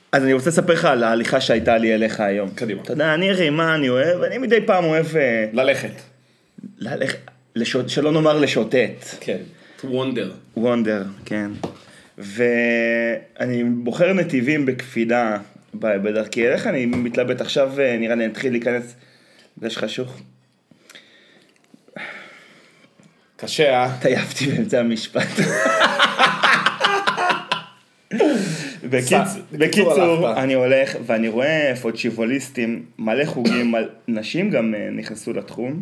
אז אני רוצה לספר לך על ההליכה שהייתה לי אליך היום. קדימה. אתה יודע, אני הרי מה אני אוהב, אני מדי פעם אוהב... ללכת. שלא נאמר לשוטט. כן. To wander. וונדר, כן. ואני בוחר נתיבים בקפידה בדרכי אליך, אני מתלבט עכשיו, נראה לי נתחיל להיכנס, זה שחשוך. קשה, טייבתי באמצע המשפט. בקיצור, אני הולך ואני רואה פוטשיבוליסטים, מלא חוגים, נשים גם נכנסו לתחום.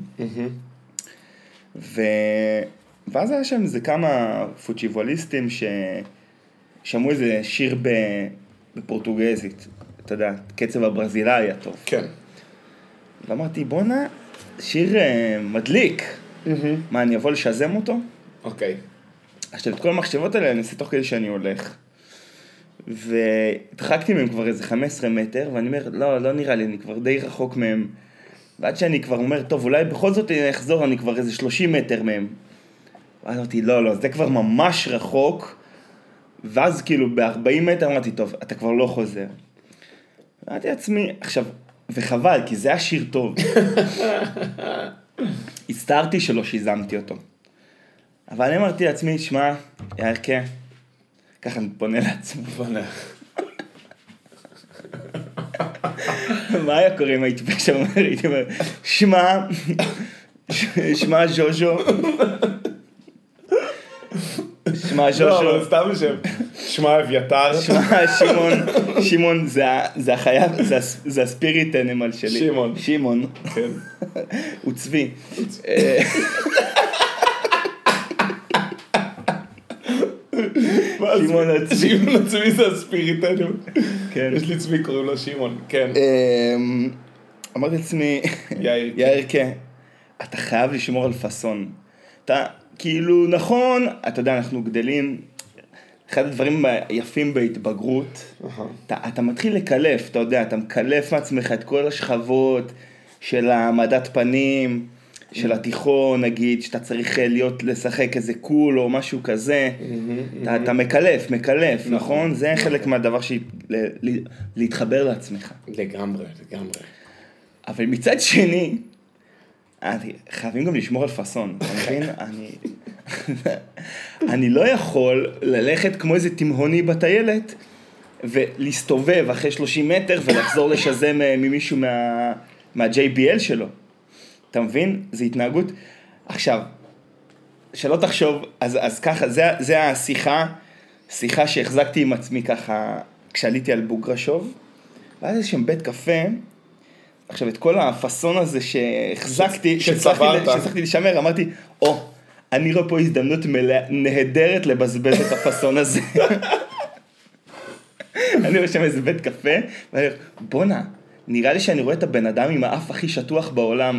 ואז היה שם איזה כמה פוטשיבוליסטים ששמעו איזה שיר בפורטוגזית, אתה יודע, קצב הברזילאי הטוב. כן. ואמרתי, בוא'נה, שיר מדליק. מה, אני אבוא לשזם אותו? אוקיי. עכשיו, את כל המחשבות האלה אני עושה תוך כדי שאני הולך. והתרחקתי מהם כבר איזה 15 מטר, ואני אומר, לא נראה לי, אני כבר די רחוק מהם. ועד שאני כבר אומר, טוב, אולי בכל זאת אני אחזור, אני כבר איזה 30 מטר מהם. ואז אמרתי, לא, זה כבר ממש רחוק. ואז כאילו ב-40 מטר אמרתי, טוב, אתה כבר לא חוזר. אמרתי לעצמי, עכשיו, וחבל, כי זה היה שיר טוב. הצטערתי שלא שיזמתי אותו. אבל אני אמרתי לעצמי, שמע, יערכה, ככה אני פונה לעצמי. מה היה קורה אם הייתי פשוט הייתי אומר, שמע ז'וז'ו. שמע ז'וז'ו. לא, אבל סתם לשם. שמע אביתר. שמע שמעון, זה החיה, זה הספיריט אנימל שלי. שמעון. כן. הוא צבי. שמעון הצבי. שמעון הצבי זה הספיריט אנימל. כן. יש לי צבי, קוראים לו שמעון. כן. אמרתי לעצמי, יערכה, אתה חייב לשמור על פאסון. אתה, כאילו, נכון, אתה יודע, אנחנו גדלים, אחד הדברים היפים בהתבגרות, אתה מתחיל לקלף, אתה יודע, אתה מקלף מעצמך את כל השכבות של העמדת פנים, של התיכון, נגיד, שאתה צריך לשחק איזה קול או משהו כזה, אתה מקלף, נכון? זה חלק מהדבר להתחבר לעצמך. לגמרי. אבל מצד שני, חייבים גם לשמור על פאסון, אתה מבין? אני לא יכול ללכת כמו איזה תימהוני בטיילת, ולהסתובב אחרי 30 מטר ולחזור לשזם ממישהו מה-JBL שלו. אתה מבין? זה התנהגות. עכשיו, שלא תחשוב, אז ככה, זה השיחה שהחזקתי עם עצמי ככה, כשעליתי על בוגרשוב, ואז יש שם בית קפה, עכשיו את כל הפאסון הזה שהחזקתי, שצריכתי לשמר, אמרתי, אני רואה פה הזדמנות נהדרת לבזבז את הפאסון הזה. אני רואה שם איזה בית קפה, ואני אומר, בונה, נראה לי שאני רואה את הבן אדם עם האף הכי שטוח בעולם.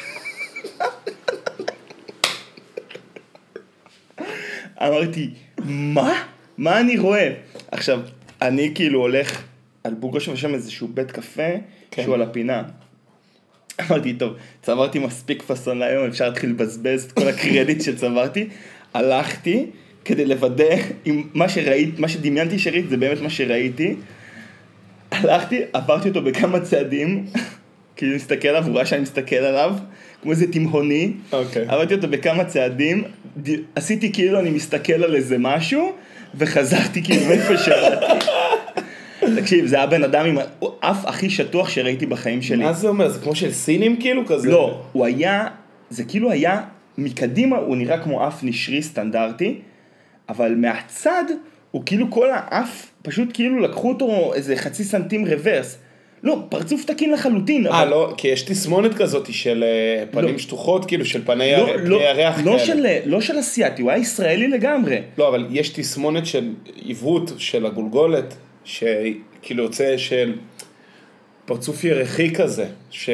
אמרתי, מה אני רואה? עכשיו, אני כאילו הולך על בוגרשוב, ושם איזשהו בית קפה, שהוא על הפינה. אמרתי, טוב, צברתי מספיק פאסון להיום, אפשר להתחיל לבזבז את כל הקרדיט שצברתי. הלכתי כדי לוודא אם מה שדמיינתי שראיתי, זה באמת מה שראיתי. הלכתי, עברתי אותו בכמה צעדים, כאילו מסתכל עליו, הוא ראה שאני מסתכל עליו, כמו איזה תימהוני. עברתי אותו בכמה צעדים, עשיתי כאילו אני מסתכל על איזה משהו, וחזרתי כאילו מאיפה שראיתי. תקשיב, זה היה בן אדם עם האף הכי שטוח שראיתי בחיים שלי. מה זה אומר? זה כמו של סינים כאילו כזה? לא, זה כאילו היה, מקדימה הוא נראה כמו אף נשרי סטנדרטי, אבל מהצד הוא כאילו כל האף, פשוט כאילו לקחו אותו איזה חצי סנטים רוורס. לא, פרצוף תקין לחלוטין. לא, כי יש תסמונת כזאת של פנים שטוחות, כאילו של פני ירח כאלה. לא של אסיאתי, הוא היה ישראלי לגמרי. לא, אבל יש תסמונת של עיוות של הגולגולת, שכאילו יוצא של פרצוף ירחי כזה,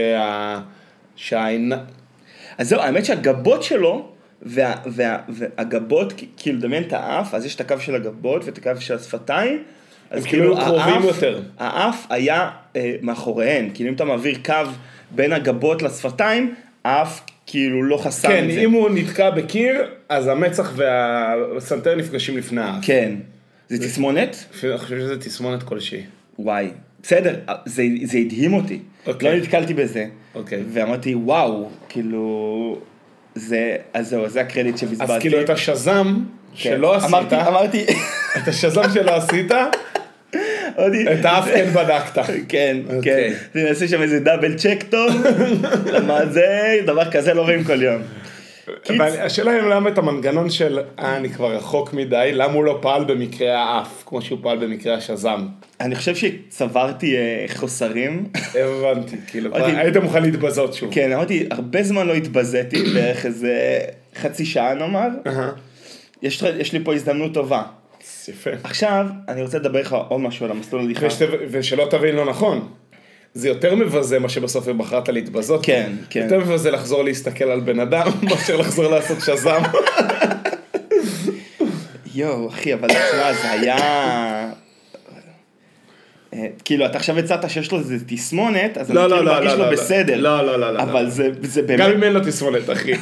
אז זהו, האמת שהגבות שלו, והגבות, כאילו דמיין את האף, אז יש את הקו של הגבות ואת הקו של השפתיים, אז כאילו קרובים יותר. האף היה מאחוריהן, כאילו אם אתה מעביר קו בין הגבות לשפתיים, האף כאילו לא חסם את זה. כן, אם הוא נתקע בקיר, אז המצח והסנטר נפגשים לפני האף. כן. זה תסמונת? אני חושב שזה תסמונת כלשהי. וואי, בסדר, זה הדהים אותי. לא נתקלתי בזה. ואמרתי, וואו, כאילו, אז זהו, זה הקרדיט שבזבזתי. אז כאילו את השזם שלא עשית, אמרתי, את השזם שלא עשית, את האף כן בדקת. כן, כן. אני אעשה שם איזה דאבל צ'ק טוב, למה זה, דבר כזה לא רואים כל יום. השאלה היא למה את המנגנון של, אני כבר רחוק מדי, למה הוא לא פעל במקרה האף, כמו שהוא פעל במקרה השזם? אני חושב שצברתי חוסרים. הבנתי, כאילו, היית מוכן להתבזות שוב. כן, אמרתי, הרבה זמן לא התבזיתי, בערך איזה חצי שעה נאמר. יש לי פה הזדמנות טובה. יפה. עכשיו, אני רוצה לדבר לך עוד משהו על המסלול הליכה. ושלא תבין לא נכון. זה יותר מבזה מה שבסוף בחרת להתבזות. כן, כן. יותר מבזה לחזור להסתכל על בן אדם, מאשר לחזור לעשות שזם. יואו, אחי, אבל תשמע, זה היה... כאילו, אתה עכשיו הצעת שיש לו איזה תסמונת, אז אני כאילו מרגיש לו בסדר. לא. אבל זה באמת... גם אם אין לו תסמונת, אחי.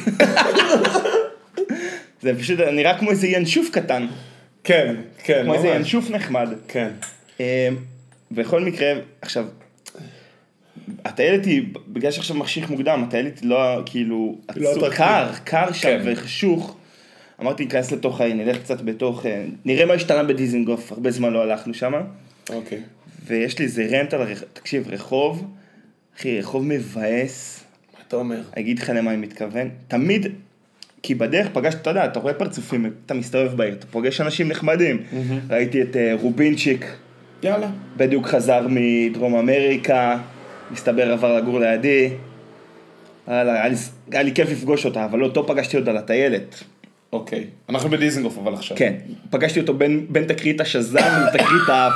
זה פשוט נראה כמו איזה ינשוף קטן. כן, כן. כמו איזה ינשוף נחמד. כן. בכל מקרה, עכשיו, הטיילת היא, בגלל שעכשיו מחשיך מוקדם, הטיילת היא לא, כאילו, קר שם וחשוך. אמרתי, ניכנס לתוך העין, נלך קצת בתוך, נראה מה השתנה בדיזינגוף, הרבה זמן לא הלכנו שם. אוקיי. ויש לי איזה רנט על, תקשיב, רחוב, אחי, רחוב מבאס. מה אתה אומר? אגיד לך למה אני מתכוון. תמיד, כי בדרך פגשת, אתה יודע, אתה רואה פרצופים, אתה מסתובב בעיר, אתה פוגש אנשים נחמדים. ראיתי את רובינצ'יק. יאללה. בדיוק חזר מדרום אמריקה, מסתבר עבר לגור לידי. היה לי כיף לפגוש אותה, אבל אותו פגשתי עוד על הטיילת. אוקיי. אנחנו בדיזנגוף אבל עכשיו. כן, פגשתי אותו בין תקרית השזם לתקרית האף.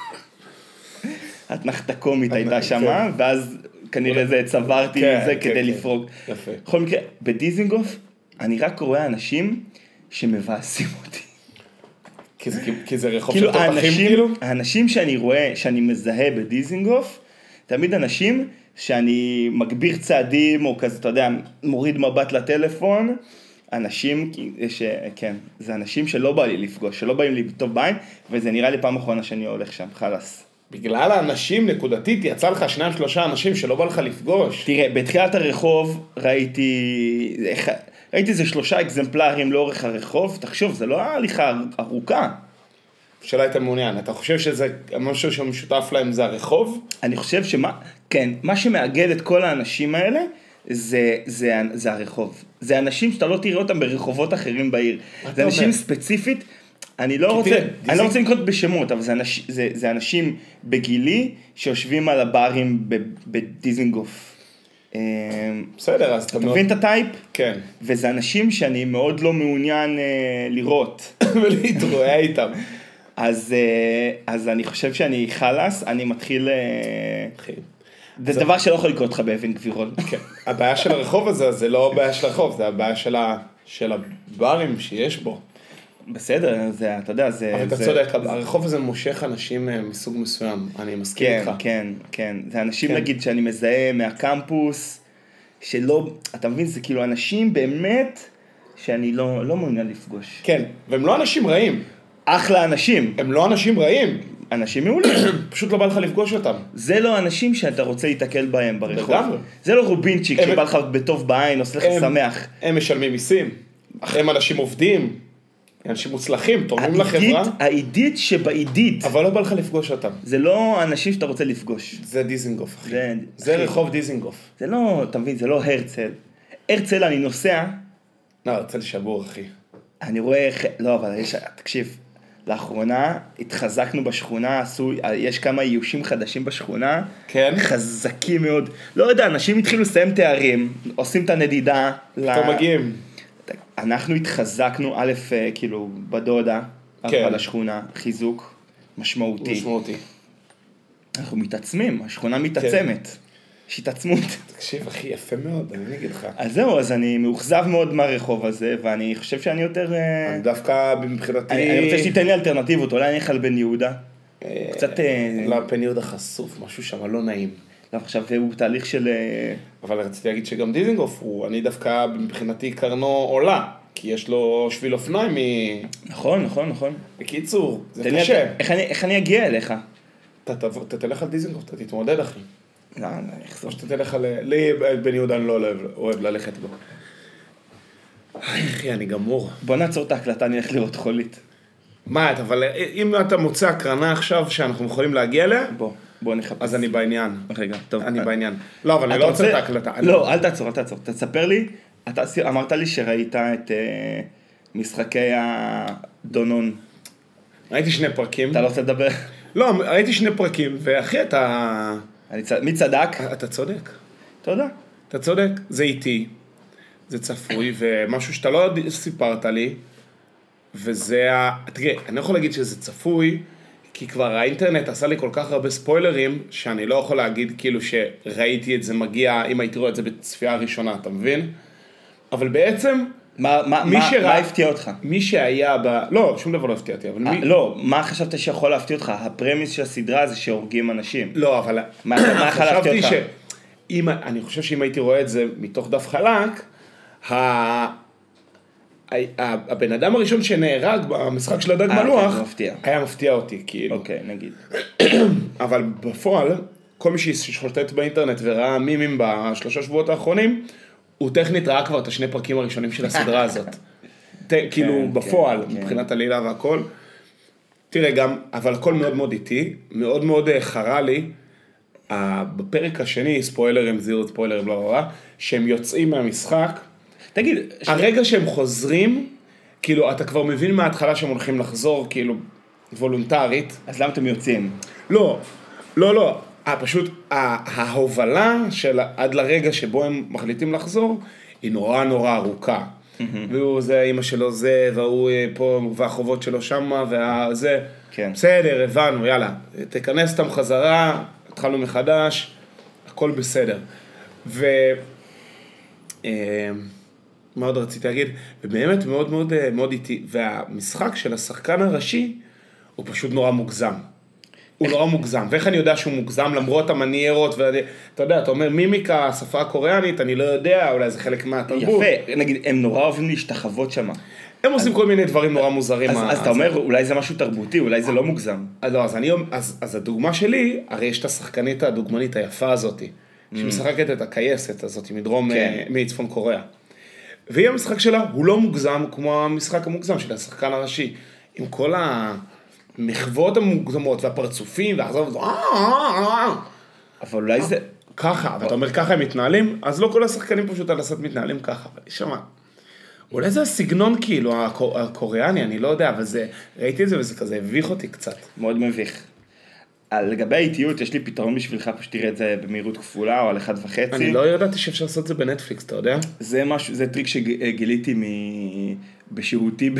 התנחת קומית הייתה שמה, ואז כנראה זה צברתי זה כדי לפרוג. יפה. בכל מקרה, בדיזנגוף אני רק רואה אנשים שמבאסים אותי. כי זה רחוב של תותחים כאילו? האנשים שאני רואה, שאני מזהה בדיזנגוף, תמיד אנשים שאני מגביר צעדים, או כזה, אתה יודע, מוריד מבט לטלפון, אנשים, כן, זה אנשים שלא בא לי לפגוש, שלא באים לי טוב בעין, וזה נראה לי פעם אחרונה שאני הולך שם, חלס. בגלל האנשים נקודתית, יצא לך 2-3 אנשים שלא בא לך לפגוש. תראה, בתחילת הרחוב ראיתי איזה 3 אקזמפלרים לאורך הרחוב, תחשוב, זה לא הליכה ארוכה. שאלה הייתה מעוניין, אתה חושב שזה משהו שמשותף להם זה הרחוב? אני חושב כן, מה שמאגד את כל האנשים האלה, זה הרחוב. זה אנשים שאתה לא תראה אותם ברחובות אחרים בעיר. זה אנשים ספציפית, אני לא רוצה לנקוט בשמות, אבל זה אנשים בגילי שיושבים על הברים בדיזנגוף. בסדר, אז אתה מבין את הטייפ? כן. וזה אנשים שאני מאוד לא מעוניין לראות. ולהתראה איתם. אז אני חושב שאני חלס, אני מתחיל... זה דבר שלא יכול לקרות לך באבן גבירול. הבעיה של הרחוב הזה, זה לא הבעיה של הרחוב, זה הבעיה של הברים שיש בו. בסדר, אתה יודע, זה... אבל אתה צודק, הרחוב הזה מושך אנשים מסוג מסוים, אני מסכים איתך. כן, כן. זה אנשים, נגיד, שאני מזהה מהקמפוס, שלא... אתה מבין, זה כאילו אנשים באמת שאני לא מעוניין לפגוש. כן, והם לא אנשים רעים. אחלה אנשים. הם לא אנשים רעים. אנשים מעולים. פשוט לא בא לך לפגוש אותם. זה לא אנשים שאתה רוצה להתקל בהם ברחוב. זה לא רובינצ'יק שבא לך בטוב בעין, עושה לך שמח. הם משלמים מיסים. הם אנשים עובדים. אנשים מוצלחים, תורמים לחברה. העידית שבעידית. אבל לא בא לך לפגוש אותם. זה לא אנשים שאתה רוצה לפגוש. זה דיזנגוף, אחי. זה רחוב דיזנגוף. זה לא, אתה מבין, זה לא הרצל. הרצל אני נוסע. לא, הרצל שבור, אחי. אני רואה, לא, אבל תקשיב. לאחרונה התחזקנו בשכונה, יש כמה איושים חדשים בשכונה, כן? חזקים מאוד. לא יודע, אנשים התחילו לסיים תארים, עושים את הנדידה. פתאום מגיעים. אנחנו התחזקנו, א', כאילו, בדודה, כן. על השכונה, חיזוק משמעותי. משמעותי. אנחנו מתעצמים, השכונה מתעצמת. יש התעצמות. תקשיב, אחי, יפה מאוד, אני אגיד לך. אז זהו, אז אני מאוכזב מאוד מהרחוב הזה, ואני חושב שאני יותר... אני דווקא מבחינתי... אני רוצה שתיתן לי אלטרנטיבות, אולי אני אלך על בן יהודה. קצת... לא, בן יהודה חשוף, משהו שם לא נעים. לא, עכשיו הוא תהליך של... אבל רציתי להגיד שגם דיזנגוף אני דווקא מבחינתי קרנו עולה, כי יש לו שביל אופניים נכון. בקיצור, זה קשה. איך אני אגיע אליך? אתה תלך על דיזנגוף, אתה תתמודד, אחי. לא, איך או שאתה תלך על... לי, בן יהודה, אני לא אוהב ללכת בו. אחי, אני גמור. בוא נעצור את ההקלטה, אני אלך לראות חולית. מה, אבל אם אתה מוצא הקרנה עכשיו שאנחנו יכולים להגיע אליה, בוא נחפש. אז אני בעניין. רגע, טוב. אני בעניין. לא, אבל אני לא רוצה את ההקלטה. לא, אל תעצור. תספר לי, אתה אמרת לי שראית את משחקי הדונון. ראיתי 2 פרקים. אתה לא רוצה לדבר? לא, ראיתי 2 פרקים, ואחי, אתה... מי צדק? אתה צודק. תודה. אתה צודק, זה איטי, זה צפוי, ומשהו שאתה לא סיפרת לי, וזה תראה, אני לא יכול להגיד שזה צפוי, כי כבר האינטרנט עשה לי כל כך הרבה ספוילרים, שאני לא יכול להגיד כאילו שראיתי את זה מגיע, אם הייתי רואה את זה בצפייה הראשונה, אתה מבין? אבל בעצם... מה הפתיע אותך? מי שהיה לא, שום דבר לא הפתיע אותי, אבל מי... לא, מה חשבת שיכול להפתיע אותך? הפרמיס של הסדרה זה שהורגים אנשים. לא, אבל... מה יכול להפתיע אותך? אני חושב שאם הייתי רואה את זה מתוך דף חלק, הבן אדם הראשון שנהרג במשחק של הדג מלוח, היה מפתיע אותי, כאילו. אוקיי, נגיד. אבל בפועל, כל מי ששוטט באינטרנט וראה מימים בשלושה שבועות האחרונים, הוא טכנית ראה כבר את 2 פרקים הראשונים של הסדרה הזאת. כאילו בפועל, מבחינת הלילה והכל. תראה גם, אבל הכל מאוד מאוד איטי, מאוד מאוד חרה לי, בפרק השני, ספוילרים, זירו ספוילרים, לא, שהם יוצאים מהמשחק, תגיד, הרגע שהם חוזרים, כאילו, אתה כבר מבין מההתחלה שהם הולכים לחזור, כאילו, וולונטרית. אז למה אתם יוצאים? לא, פשוט ההובלה של עד לרגע שבו הם מחליטים לחזור, היא נורא נורא ארוכה. והוא זה, אמא שלו זה, והוא פה, והחובות שלו שמה, והזה. כן. בסדר, הבנו, יאללה, תכנס אותם חזרה, התחלנו מחדש, הכל בסדר. מה עוד רציתי להגיד? ובאמת מאוד מאוד מאוד איטי, והמשחק של השחקן הראשי הוא פשוט נורא מוגזם. הוא נורא מוגזם, ואיך אני יודע שהוא מוגזם למרות המניירות, ואתה יודע, אתה אומר מימיקה, השפה הקוריאנית, אני לא יודע, אולי זה חלק מהתרבות. יפה, נגיד, הם נורא אוהבים להשתחוות שמה. הם עושים כל מיני דברים נורא מוזרים. אז אתה אומר, אולי זה משהו תרבותי, אולי זה לא מוגזם. אז הדוגמה שלי, הרי יש את השחקנית הדוגמנית היפה הזאת, שמשחקת את הקייסת הזאת מדרום, מצפון קוריאה. והיא המשחק שלה, הוא לא מוגזם כמו המשחק המוגזם של השחקן הראשי. עם כל המחוות המוגזמות והפרצופים, והחזרות, אבל אולי זה... ככה, ואתה אומר ככה הם מתנהלים, אז לא כל השחקנים פשוט על הסרט מתנהלים ככה, אבל יש שמה. אולי זה הסגנון כאילו, הקוריאני, אני לא יודע, אבל זה, ראיתי את זה וזה כזה הביך אותי קצת. מאוד מביך. לגבי האיטיות, יש לי פתרון בשבילך, פשוט תראה את זה במהירות כפולה או על 1.5. אני לא ידעתי שאפשר לעשות את זה בנטפליקס, אתה יודע? זה משהו, זה טריק שגיליתי בשירותי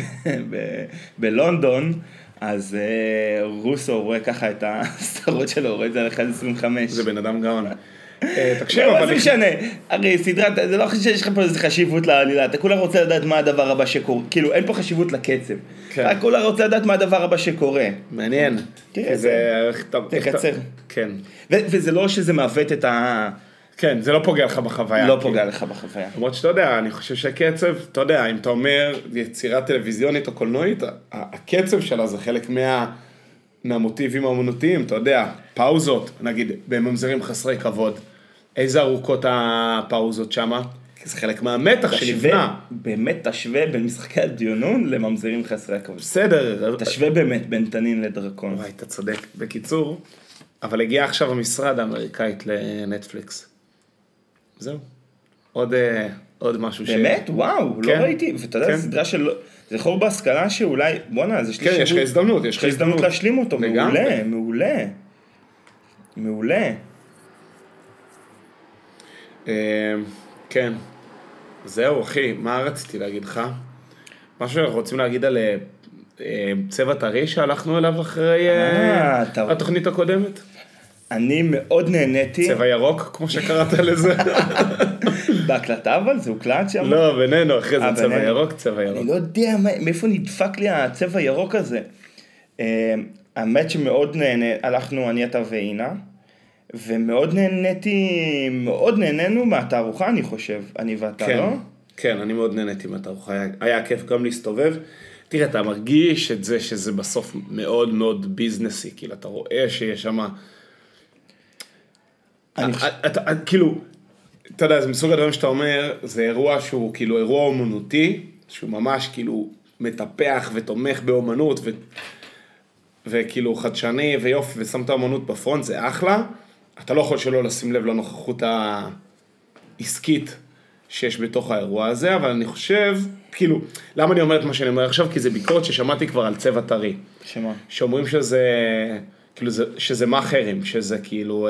בלונדון, אז רוסו רואה ככה את הסדרות שלו, רואה את זה על 1.25. זה בן אדם גאון. תקשיב, אבל... זה משנה, הרי סדרה, זה לא חושב שיש לך פה איזו חשיבות לעלילה, אתה כולה רוצה לדעת מה הדבר הבא שקורה, כאילו אין פה חשיבות לקצב, אתה כולה רוצה לדעת מה הדבר הבא שקורה. מעניין. תקצר. כן. וזה לא שזה מעוות את ה... כן, זה לא פוגע לך בחוויה. לא פוגע לך בחוויה. למרות שאתה יודע, אני חושב שהקצב, אתה יודע, אם אתה אומר יצירה טלוויזיונית או קולנועית, הקצב שלה זה חלק מהמוטיבים האמנותיים, אתה יודע, פאוזות, נגיד, בממזרים חסרי כבוד, איזה ארוכות הפאוזות שמה? כי זה חלק מהמתח שנבנה. באמת תשווה בין משחקי הדיונון לממזרים חסרי הכבוד. בסדר. תשווה באמת בין תנין לדרקון. וואי, אתה צודק. בקיצור, אבל הגיע עכשיו המשרד האמריקאית לנטפליקס. זהו. עוד משהו באמת? וואו, לא ראיתי. ואתה יודע, סדרה של... זה חור בהשכלה שאולי... בוא'נה, אז יש לי... כן, יש לך הזדמנות. יש לך הזדמנות להשלים אותו. מעולה, מעולה. מעולה. כן. זהו, אחי, מה רציתי להגיד לך? משהו שאנחנו רוצים להגיד על צבע טרי שהלכנו אליו אחרי התוכנית הקודמת? אני מאוד נהניתי. צבע ירוק, כמו שקראת לזה. בהקלטה אבל? זה הוקלט שם? לא, בינינו, אחרי זה צבע ירוק, צבע ירוק. אני לא יודע מאיפה נדפק לי הצבע ירוק הזה. האמת שמאוד הלכנו אני, אתה ואינה, ומאוד נהנינו מהתערוכה, אני חושב, אני ואתה, לא? כן, אני מאוד נהניתי מהתערוכה, היה כיף גם להסתובב. תראה, אתה מרגיש את זה שזה בסוף מאוד מאוד ביזנסי, כאילו, אתה רואה שיש שם... כאילו, אתה יודע, זה מסוג הדברים שאתה אומר, זה אירוע שהוא כאילו אירוע אומנותי, שהוא ממש כאילו מטפח ותומך באומנות, וכאילו חדשני ויופי, ושם את האומנות בפרונט, זה אחלה. אתה לא יכול שלא לשים לב לנוכחות העסקית שיש בתוך האירוע הזה, אבל אני חושב, כאילו, למה אני אומר את מה שאני אומר עכשיו? כי זה ביקורת ששמעתי כבר על צבע טרי. שמה? שאומרים שזה, כאילו, שזה מאחרים, שזה כאילו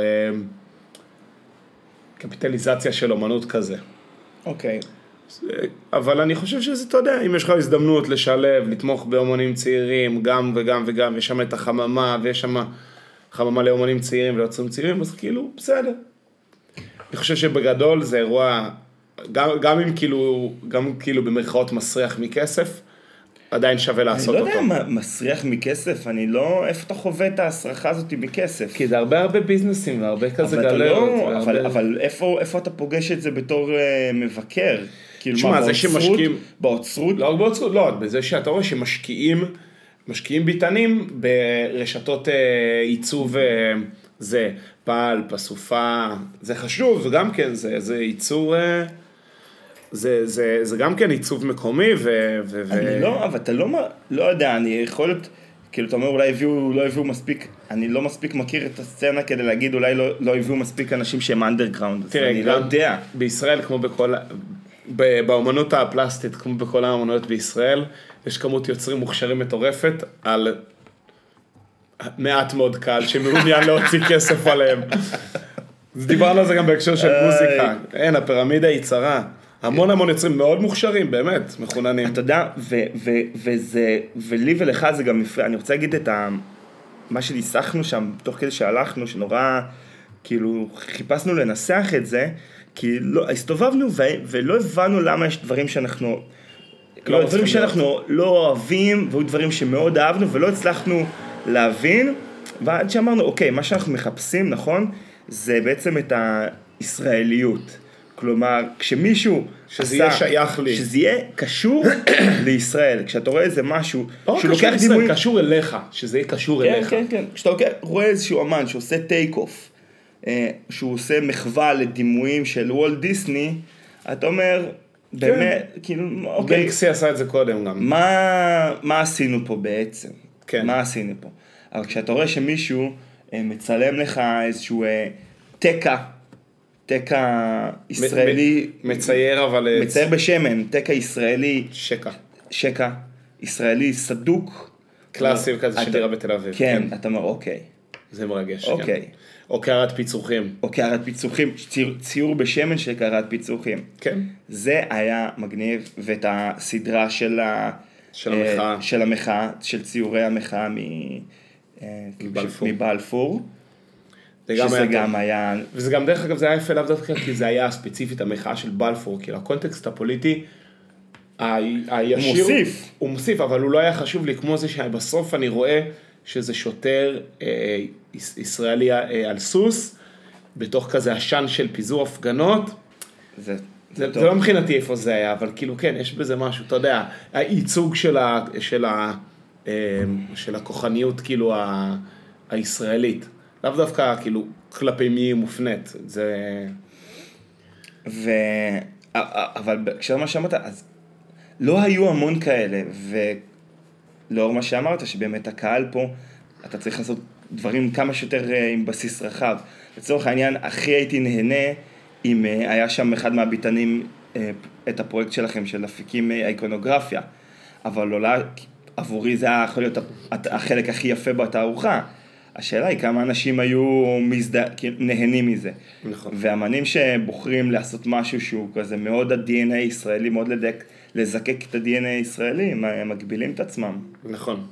קפיטליזציה של אומנות כזה. אוקיי. אבל אני חושב שזה, אתה יודע, אם יש לך הזדמנות לשלב, לתמוך באומנים צעירים, גם וגם וגם, יש שם את החממה, ויש שם חממה לאומנים צעירים וליוצרים צעירים, אז כאילו, בסדר. אני חושב שבגדול זה אירוע, גם כאילו במרכאות מסריח מכסף, עדיין שווה לעשות אותו. אני לא יודע מה מסריח מכסף, אני לא, איפה אתה חווה את ההסרחה הזאת מכסף? כי זה הרבה ביזנסים והרבה כזה גלריות. אבל איפה אתה פוגש את זה בתור מבקר? תשמע, זה שמשקיעים... באוצרות? לא רק באוצרות, לא, בזה שאתה רואה שמשקיעים ביטנים ברשתות עיצוב, זה פעל, פסופה, זה חשוב, וגם כן, זה ייצור... זה גם כן עיצוב מקומי אני לא, אבל אתה לא יודע, אני יכול להיות, כאילו אתה אומר אולי לא הביאו מספיק, אני לא מספיק מכיר את הסצנה כדי להגיד אולי לא הביאו מספיק אנשים שהם אנדרגראונד, אני לא יודע. בישראל כמו בכל, באומנות הפלסטית כמו בכל האומנויות בישראל, יש כמות יוצרים מוכשרים מטורפת על מעט מאוד קהל שמעוניין להוציא כסף עליהם. אז דיברנו על זה גם בהקשר של מוזיקה, אין, הפירמידה היא צרה. המון יוצרים מאוד מוכשרים, באמת, מחוננים. אתה יודע, ולי ולך זה גם מפריע, אני רוצה להגיד את מה שניסחנו שם, תוך כדי שהלכנו, שנורא, כאילו, חיפשנו לנסח את זה, כי הסתובבנו ולא הבנו למה יש דברים שאנחנו, דברים שאנחנו לא אוהבים, והיו דברים שמאוד אהבנו, ולא הצלחנו להבין, ועד שאמרנו, אוקיי, מה שאנחנו מחפשים, נכון, זה בעצם את הישראליות. כלומר, כשמישהו שזה יהיה שייך לי. שזה יהיה קשור לישראל. כשאתה רואה איזה משהו, שהוא לוקח דימוי... קשור אליך, שזה יהיה קשור אליך. כן, כן, כן. כשאתה רואה איזשהו אמן שעושה טייק אוף, שהוא עושה מחווה לדימויים של וולט דיסני, אתה אומר, באמת, כאילו, אוקיי. בנקסי עשה את זה קודם גם. מה עשינו פה בעצם? כן. מה עשינו פה? אבל כשאתה רואה שמישהו מצלם לך איזשהו תקה ישראלי, מצייר אבל... מצייר בשמן, תקה ישראלי, שקה, ישראלי סדוק. קלאסי כזה שדירה בתל אביב. כן, אתה אומר, אוקיי. זה מרגש, כן. אוקיי. או קערת פיצוחים. או קערת פיצוחים, ציור בשמן של קערת פיצוחים. כן. זה היה מגניב, ואת הסדרה של המחאה, של ציורי המחאה מבלפור. שזה גם היה... וזה גם דרך אגב, זה היה יפה לאו דווקא, כי זה היה ספציפית המחאה של בלפור, כאילו הקונטקסט הפוליטי, הישיר... הוא מוסיף, אבל הוא לא היה חשוב לי, כמו זה שבסוף אני רואה שזה שוטר ישראלי על סוס, בתוך כזה עשן של פיזור הפגנות. זה לא מבחינתי איפה זה היה, אבל כאילו כן, יש בזה משהו, אתה יודע, הייצוג של הכוחניות כאילו הישראלית. לאו דווקא, כאילו, כלפי מי מופנית, זה... אבל כשמה שאמרת, אז לא היו המון כאלה, ולאור מה שאמרת, שבאמת הקהל פה, אתה צריך לעשות דברים כמה שיותר עם בסיס רחב. לצורך העניין, הכי הייתי נהנה, אם היה שם אחד מהביטנים, את הפרויקט שלכם, של אפיקים האיקונוגרפיה, אבל אולי, עבורי זה היה יכול להיות החלק הכי יפה בתערוכה. השאלה היא כמה אנשים היו נהנים מזה. נכון. והאמנים שבוחרים לעשות משהו שהוא כזה מאוד ה-DNA ישראלי, מאוד לזקק את ה-DNA הישראלי, הם מגבילים את עצמם. נכון.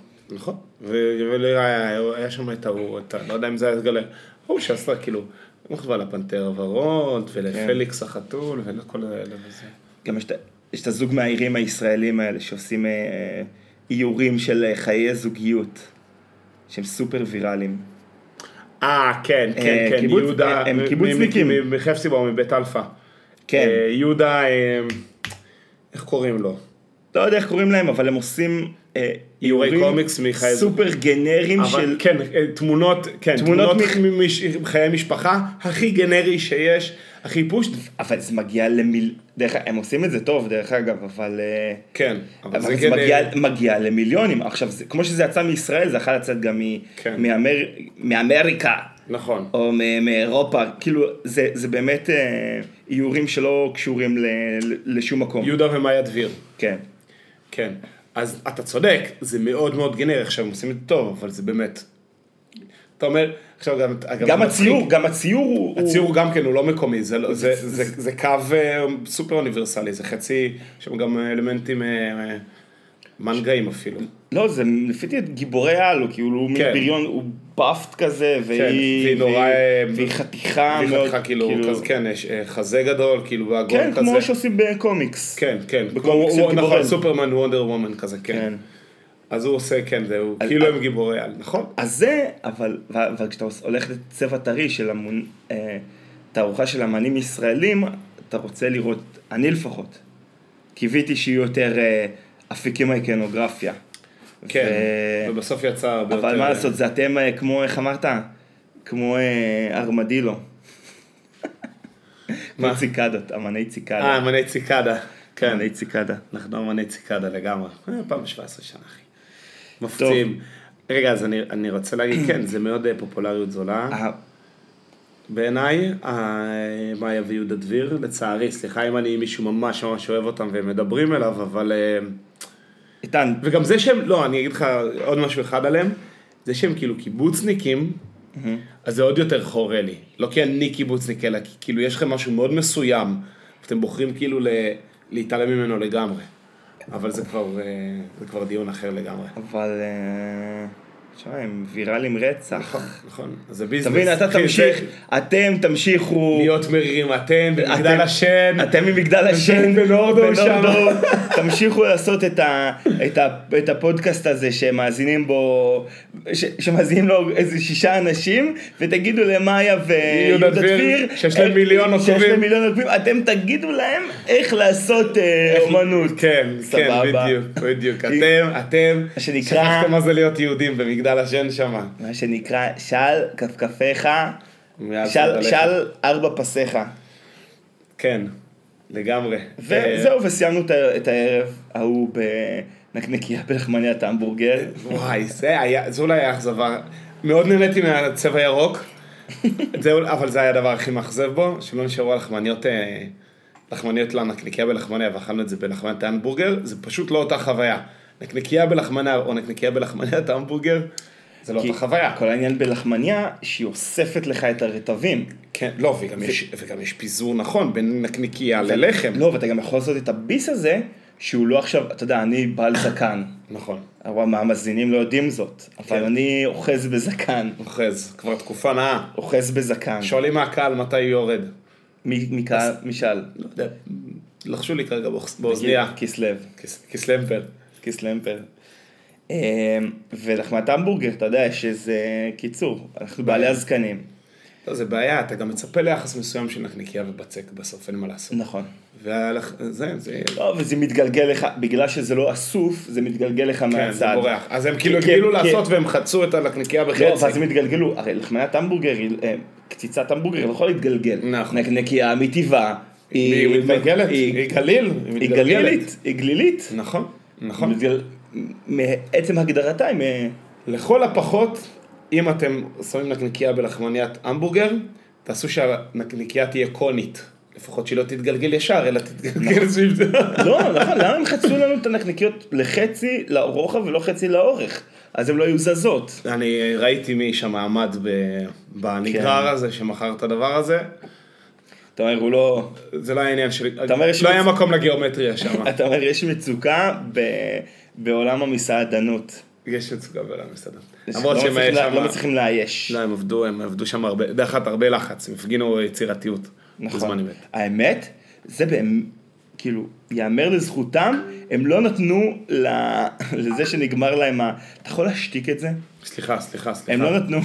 והיה שם את ההוא, לא יודע אם זה היה גלה, הוא שעשה כאילו, מחווה לפנתר הוורוד, ולפליקס החתול, ולכל האלה וזה. גם יש את הזוג מהעירים הישראלים האלה, שעושים איורים של חיי זוגיות. שהם סופר ויראליים. כן, יהודה, הם קיבוצניקים. מחפסיבה, מבית אלפא. כן. יהודה, איך קוראים לו? לא יודע איך קוראים להם, אבל הם עושים איורי קומיקס מחיי... סופר גנריים של... כן, תמונות מחיי משפחה, הכי גנרי שיש, הכי פושט. אבל זה מגיע הם עושים את זה טוב, דרך אגב, אבל... כן, אבל זה מגיע למיליונים. עכשיו, כמו שזה יצא מישראל, זה יכול לצאת גם מאמריקה. נכון. או מאירופה, כאילו, זה באמת איורים שלא קשורים לשום מקום. יהודה ומאיה דביר. כן. כן. אז אתה צודק, זה מאוד מאוד גנרי, עכשיו הם עושים את זה טוב, אבל זה באמת... אתה אומר, עכשיו גם הציור הוא... הציור גם כן, הוא לא מקומי, זה קו סופר אוניברסלי, זה חצי, יש שם גם אלמנטים מנגאים אפילו. לא, זה לפי גיבורי על, הוא מבריון, הוא באפט כזה, והיא חתיכה מאוד... והיא חתיכה כאילו, כן, חזה גדול, כאילו, והגול כזה. כן, כמו שעושים בקומיקס. כן, כן. נכון, סופרמן, וונדר וומן כזה, כן. אז הוא עושה, כן, זהו, כאילו הם גיבורי על, נכון? אז זה, אבל כשאתה הולך לצבע טרי של תערוכה של אמנים ישראלים, אתה רוצה לראות, אני לפחות, קיוויתי שיהיו יותר אפיקים האיקונוגרפיה. כן, ובסוף יצא הרבה יותר... אבל מה לעשות, זה אתם כמו, איך אמרת? כמו ארמדילו. כמו ציקדות, אמני ציקדה. אמני ציקדה. כן. אמני ציקדה. אנחנו אמני ציקדה לגמרי. פעם 17 שנה, אחי. מפציעים. רגע, אז אני רוצה להגיד, כן, זה מאוד פופולריות זולה. בעיניי, מאיה ויהודה דביר, לצערי, סליחה אם אני מישהו ממש ממש אוהב אותם והם מדברים אליו, אבל... איתן. וגם זה שהם, לא, אני אגיד לך עוד משהו אחד עליהם, זה שהם כאילו קיבוצניקים, אז זה עוד יותר חורה לי. לא כי אני קיבוצניק, אלא כאילו יש לכם משהו מאוד מסוים, ואתם בוחרים כאילו להתעלם ממנו לגמרי. אבל זה כבר דיון אחר לגמרי. אבל... הם ויראלים רצח. נכון, זה ביזנס. תבין, אתם תמשיכו... להיות מרירים, אתם במגדל השן. אתם ממגדל השן. בנורדו שם. תמשיכו לעשות את הפודקאסט הזה שמאזינים בו, שמאזינים לו איזה 6 אנשים, ותגידו למאיה ויהודה דביר, שיש להם מיליון עוקבים. אתם תגידו להם איך לעשות אומנות. כן, בדיוק. אתם שכחתם מה זה להיות יהודים במגדל השן שמה. מה שנקרא, של כפכפיך, של 4 פסיך. כן, לגמרי. וזהו, וסיימנו את הערב ההוא בנקניקיה בלחמניית המבורגר. וואי, זה אולי היה אכזבה. מאוד נהניתי מהצבע ירוק, אבל זה היה הדבר הכי מאכזב בו, שלא נשארו לחמניות לנקניקיה בלחמניה, ואכלנו את זה בלחמניית המבורגר, זה פשוט לא אותה חוויה. נקניקיה בלחמניה או נקניקיה בלחמניית המבורגר, זה לא אותה חוויה. כל העניין בלחמניה, שהיא אוספת לך את הרטבים. כן, לא, וגם יש פיזור נכון בין נקניקיה ללחם. לא, ואתה גם יכול לעשות את הביס הזה, שהוא לא עכשיו, אתה יודע, אני בעל זקן. נכון. אבל המאזינים לא יודעים זאת. אבל אני אוחז בזקן. אוחז, כבר תקופה נאה. אוחז בזקן. שואלים מהקהל מתי הוא יורד. משאל. לא יודע, לחשו לי כרגע באוזניה. כסלמפר. ולחמת המבורגר, אתה יודע, שזה קיצור, אנחנו בעלי הזקנים. לא, זה בעיה, אתה גם מצפה ליחס מסוים של נקניקיה ובצק בסוף, אין מה לעשות. נכון. זה... לא, וזה מתגלגל לך, בגלל שזה לא אסוף, זה מתגלגל לך מהצד. כן, זה בורח. אז הם כאילו הגדילו לעשות והם חצו את הנקניקיה בחצי. לא, ואז הם התגלגלו, הרי לחמת המבורגר, קציצת המבורגר, לא יכול להתגלגל. נכון. נקניקיה מטבעה. היא מתגלגלת, היא גליל. היא גלילית. נכון. מעצם הגדרתה, לכל הפחות, אם אתם שמים נקניקיה בלחמניית המבורגר, תעשו שהנקניקיה תהיה קונית. לפחות שהיא לא תתגלגל ישר, אלא תתגלגל סביב זה. לא, נכון, למה הם חצו לנו את הנקניקיות לחצי לרוחב ולא חצי לאורך? אז הן לא היו זזות. אני ראיתי מי שם עמד בנגרר הזה, שמכר את הדבר הזה. אתה אומר, הוא לא... זה לא העניין שלי. לא היה מקום לגיאומטריה שם. אתה אומר, יש מצוקה בעולם המסעדנות. יש מצוקה בעולם המסעדנות. לא מצליחים לאייש. לא, הם עבדו שם הרבה לחץ, הם הפגינו יצירתיות. נכון. האמת, זה כאילו, יאמר לזכותם, הם לא נתנו לזה שנגמר להם אתה יכול להשתיק את זה? סליחה. הם לא נתנו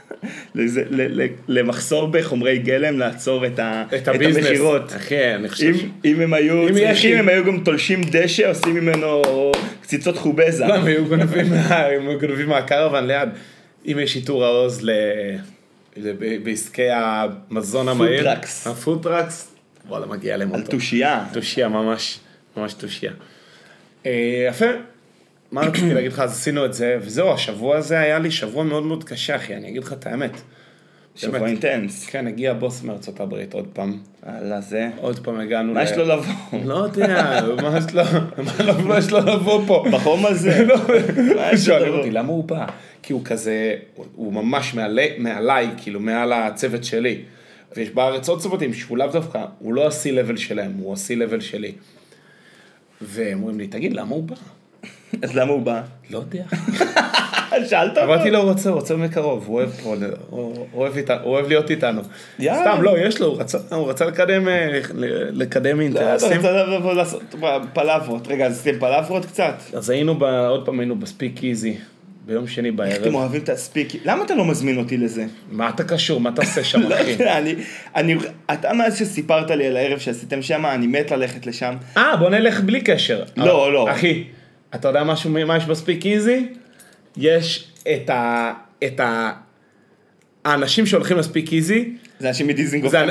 למחסור בחומרי גלם לעצור את המחירות. אחי, אני חושב... אם הם היו צריכים, הם היו גם תולשים דשא, עושים ממנו קציצות חובזה. לא, הם היו גונבים מהקרוון ליד. אם יש שיטור העוז בעסקי המזון המהיר. פודטראקס. הפודטראקס. וואלה, מגיע להם אותו. על תושייה. תושייה, ממש תושייה. יפה. מה רציתי להגיד לך, אז עשינו את זה, וזהו, השבוע הזה היה לי שבוע מאוד מאוד קשה, אחי, אני אגיד לך את האמת. שבוע אינטנס. כן, הגיע בוס מארצות הברית עוד פעם. על זה. עוד פעם הגענו מה יש לו לבוא? לא יודע, מה יש לו לבוא פה? בחום הזה. מה יש לו שואלים לבוא? אותי, למה הוא בא? כי הוא כזה, הוא ממש מעליי, כאילו, מעל הצוות שלי. ויש בארץ עוד צוותים שהוא לאו דווקא, הוא לא ה-C-Level שלהם, הוא ה-C-Level שלי. והם אומרים לי, תגיד, למה הוא בא? אז למה הוא בא? לא יודע. שאלת אותו? אמרתי לו, הוא רוצה מקרוב, הוא אוהב להיות איתנו. סתם, לא, יש לו, הוא רצה לקדם אינטרסים. אתה רוצה לעשות פלאפרות. רגע, אז עשיתם פלאפרות קצת? אז עוד פעם היינו בספיק איזי, ביום שני איך בערב. אתם אוהבים את הספיק? למה אתה לא מזמין אותי לזה? מה אתה קשור? מה אתה עושה שם, לא אחי? יודע, אתה מאז שסיפרת לי על הערב שעשיתם שם, אני מת ללכת לשם. בוא נלך בלי קשר. לא. אחי, אתה יודע מה יש בספיק איזי? יש את האנשים שהולכים לספיק איזי. זה אנשים מדיזינגוף. זה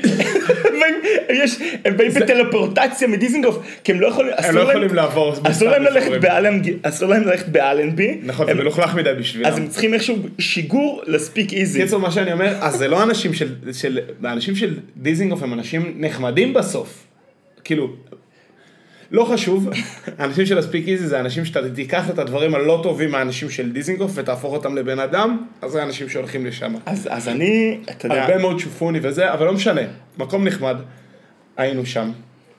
הם באים בטלפורטציה מדיזינגוף, כי הם לא יכולים לעבור. אסור להם ללכת באלנבי. נכון, זה מלוכלך מדי בשבילם. אז הם צריכים איכשהו שיגור לספיק איזי. קיצור, מה שאני אומר, אז זה לא האנשים של דיזינגוף הם אנשים נחמדים בסוף. כאילו, לא חשוב, האנשים של הספיק איזי זה האנשים שאתה תיקח את הדברים הלא טובים מהאנשים של דיזינגוף ותהפוך אותם לבן אדם, אז זה האנשים שהולכים לשם. אז אני, אתה יודע... הרבה מאוד שופוני וזה, אבל לא משנה, מקום נחמד, היינו שם.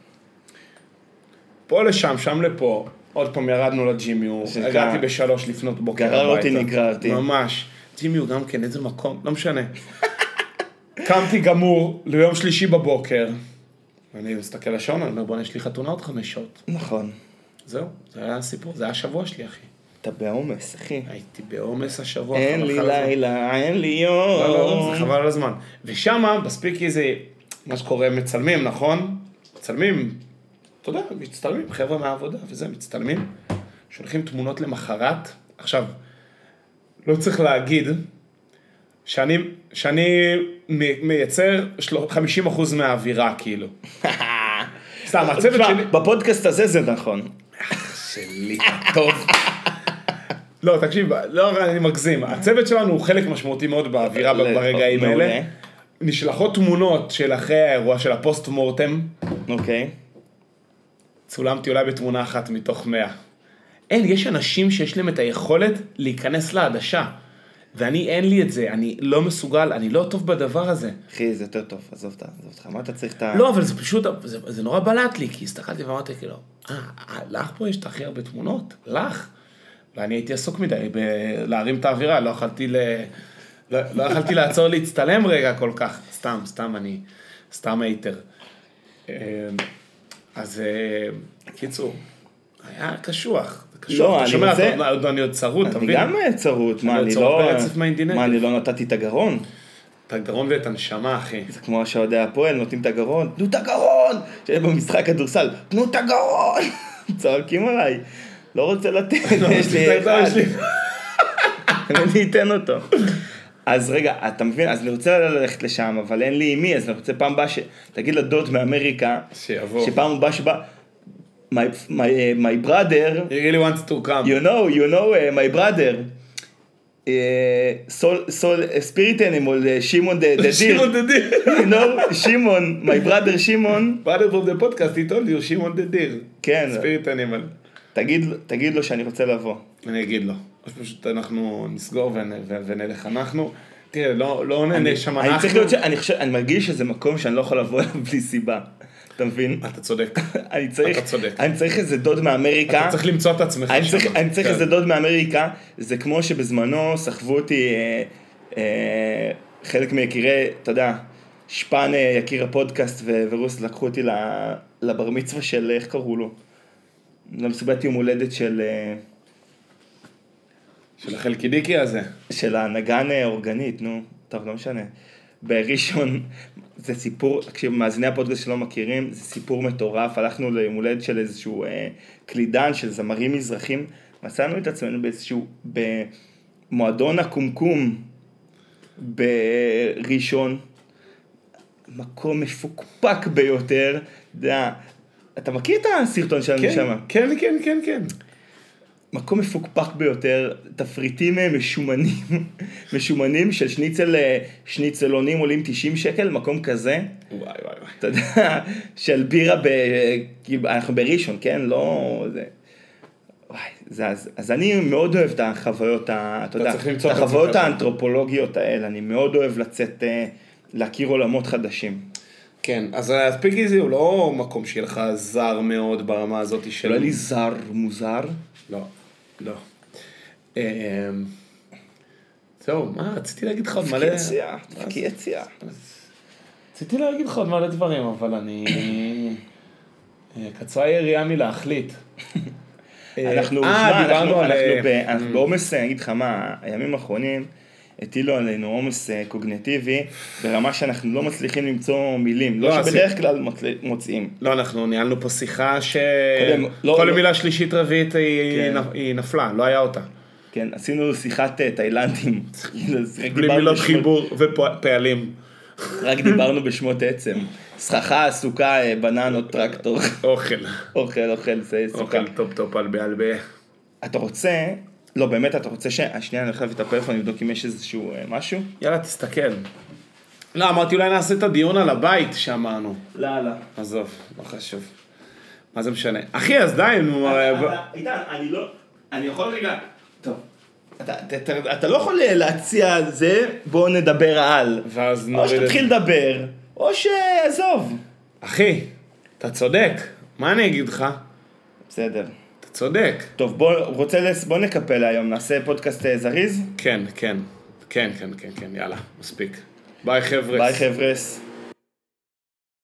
פה לשם, שם לפה, עוד פעם ירדנו לג'ימיו, הגעתי ב3 לפנות בוקר. נגררתי. ממש, ג'ימיו גם כן, איזה מקום, לא משנה. קמתי גמור ליום שלישי בבוקר, אני מסתכל לשעון, אני אומר, בוא, יש לי חתונה עוד 5 שעות. נכון. זהו, זה היה הסיפור, זה היה השבוע שלי, אחי. אתה בעומס, אחי. הייתי בעומס השבוע. אין לי לילה, אין לי יום. לא, זה חבל על הזמן. ושמה, בספיק איזה, מה שקורה, מצלמים, נכון? מצלמים, אתה יודע, מצטלמים, חבר'ה מהעבודה, וזה, מצטלמים, שולחים תמונות למחרת. עכשיו, לא צריך להגיד, שאני מייצר 50% מהאווירה, כאילו. סתם, הצוות שלי... בפודקאסט הזה זה נכון. שלי, טוב. לא, תקשיב, לא, אני מגזים. הצוות שלנו הוא חלק משמעותי מאוד באווירה ברגעים האלה. נשלחות תמונות של אחרי האירוע של הפוסט מורטם. אוקיי. צולמתי אולי בתמונה אחת מתוך 100. יש אנשים שיש להם את היכולת להיכנס לעדשה. ואני אין לי את זה, אני לא מסוגל, אני לא טוב בדבר הזה. אחי, זה יותר טוב, עזוב אותך, מה אתה צריך את ה... לא, אבל זה פשוט, זה נורא בלט לי, כי הסתכלתי ואמרתי כאילו, לך פה יש את הכי הרבה תמונות, לך. ואני הייתי עסוק מדי להרים את האווירה, לא יכלתי לעצור להצטלם רגע כל כך, סתם הייטר. אז קיצור, היה קשוח. לא, אני עוד צרות, אתה מבין? אני גם צרות, מה, אני לא נתתי את הגרון? את הגרון ואת הנשמה, אחי. זה כמו שעודי הפועל, נותנים את הגרון, תנו את הגרון! שיש במשחק כדורסל, תנו את הגרון! צועקים עליי, לא רוצה לתת, יש לי אחד. אני אתן אותו. אז רגע, אתה מבין, אז אני רוצה ללכת לשם, אבל אין לי עם מי, אז אני רוצה פעם הבאה תגיד לדוד מאמריקה, שפעם הבאה שבא, my brother, he really wants to come. you know, my brother, spirit animal, Shimon the deer. Shimon the deer. You know, Shimon, my brother Shimon. Brother from the podcast, he told you, Shimon the deer. כן. spirit animal. תגיד לו שאני רוצה לבוא. אני אגיד לו. פשוט אנחנו נסגור ונלך אנחנו. תראה, לא נהנה שם אנחנו. אני מרגיש שזה מקום שאני לא יכול לבוא אליו בלי סיבה. אתה מבין? אתה צודק. אני צריך איזה דוד מאמריקה. אתה צריך למצוא את עצמך שם. אני צריך איזה דוד מאמריקה. זה כמו שבזמנו סחבו אותי חלק מיקירי, אתה יודע, שפן יקיר הפודקאסט ורוס לקחו אותי לבר מצווה של, איך קראו לו? למסיבת יום הולדת של החלקידיקי הזה. של הנגן אורגנית, נו. טוב, לא משנה. בראשון, זה סיפור, כשמאזיני הפודקאסט שלא מכירים, זה סיפור מטורף, הלכנו ליום הולדת של איזשהו קלידן של זמרים מזרחים, מצאנו את עצמנו באיזשהו, במועדון הקומקום בראשון, מקום מפוקפק ביותר, אתה מכיר את הסרטון שלנו שם? כן, כן, כן, כן. מקום מפוקפק ביותר, תפריטים משומנים של שניצלונים עולים 90 שקל, מקום כזה. וואי, וואי, וואי. אתה יודע, של בירה, אנחנו בראשון, כן? לא... וואי, אז אני מאוד אוהב את החוויות, אתה יודע, את החוויות האנתרופולוגיות האלה, אני מאוד אוהב לצאת, להכיר עולמות חדשים. כן, אז הספיקיזי הוא לא מקום שיהיה לך זר מאוד ברמה הזאת של... לא לי זר מוזר. לא, לא. זהו, מה, רציתי להגיד לך עוד מלא... תפקי יציאה. רציתי להגיד לך עוד מלא דברים, אבל אני... קצרה יריעה מלהחליט. אנחנו בעומס, אני אגיד לך מה, הימים האחרונים הטילו עלינו עומס קוגניטיבי ברמה שאנחנו לא מצליחים למצוא מילים, לא שבדרך כלל מוצאים. לא, אנחנו ניהלנו פה שיחה שכל מילה שלישית רביעית היא נפלה, לא היה אותה. כן, עשינו שיחת תאילנדים. בלי מילות חיבור ופעלים. רק דיברנו בשמות עצם. סככה, סוכה, בננות, טרקטור. אוכל, זה סוכה. אוכל טופ על בעלבה. אתה רוצה, לא באמת אתה רוצה השנייה אני הולך להביא את הפלאפון, לבדוק אם יש איזשהו משהו? יאללה, תסתכל. לא, אמרתי אולי נעשה את הדיון על הבית שאמרנו. לא. עזוב, לא חשוב. מה זה משנה? אחי, אז די. איתן, אני יכול רגע... טוב. אתה לא יכול להציע זה, בואו נדבר על. או שתתחיל לדבר, או שעזוב. אחי, אתה צודק. מה אני אגיד לך? בסדר. אתה צודק. טוב, בוא נקפל היום, נעשה פודקאסט זריז? כן, יאללה, מספיק. ביי חבר'ס.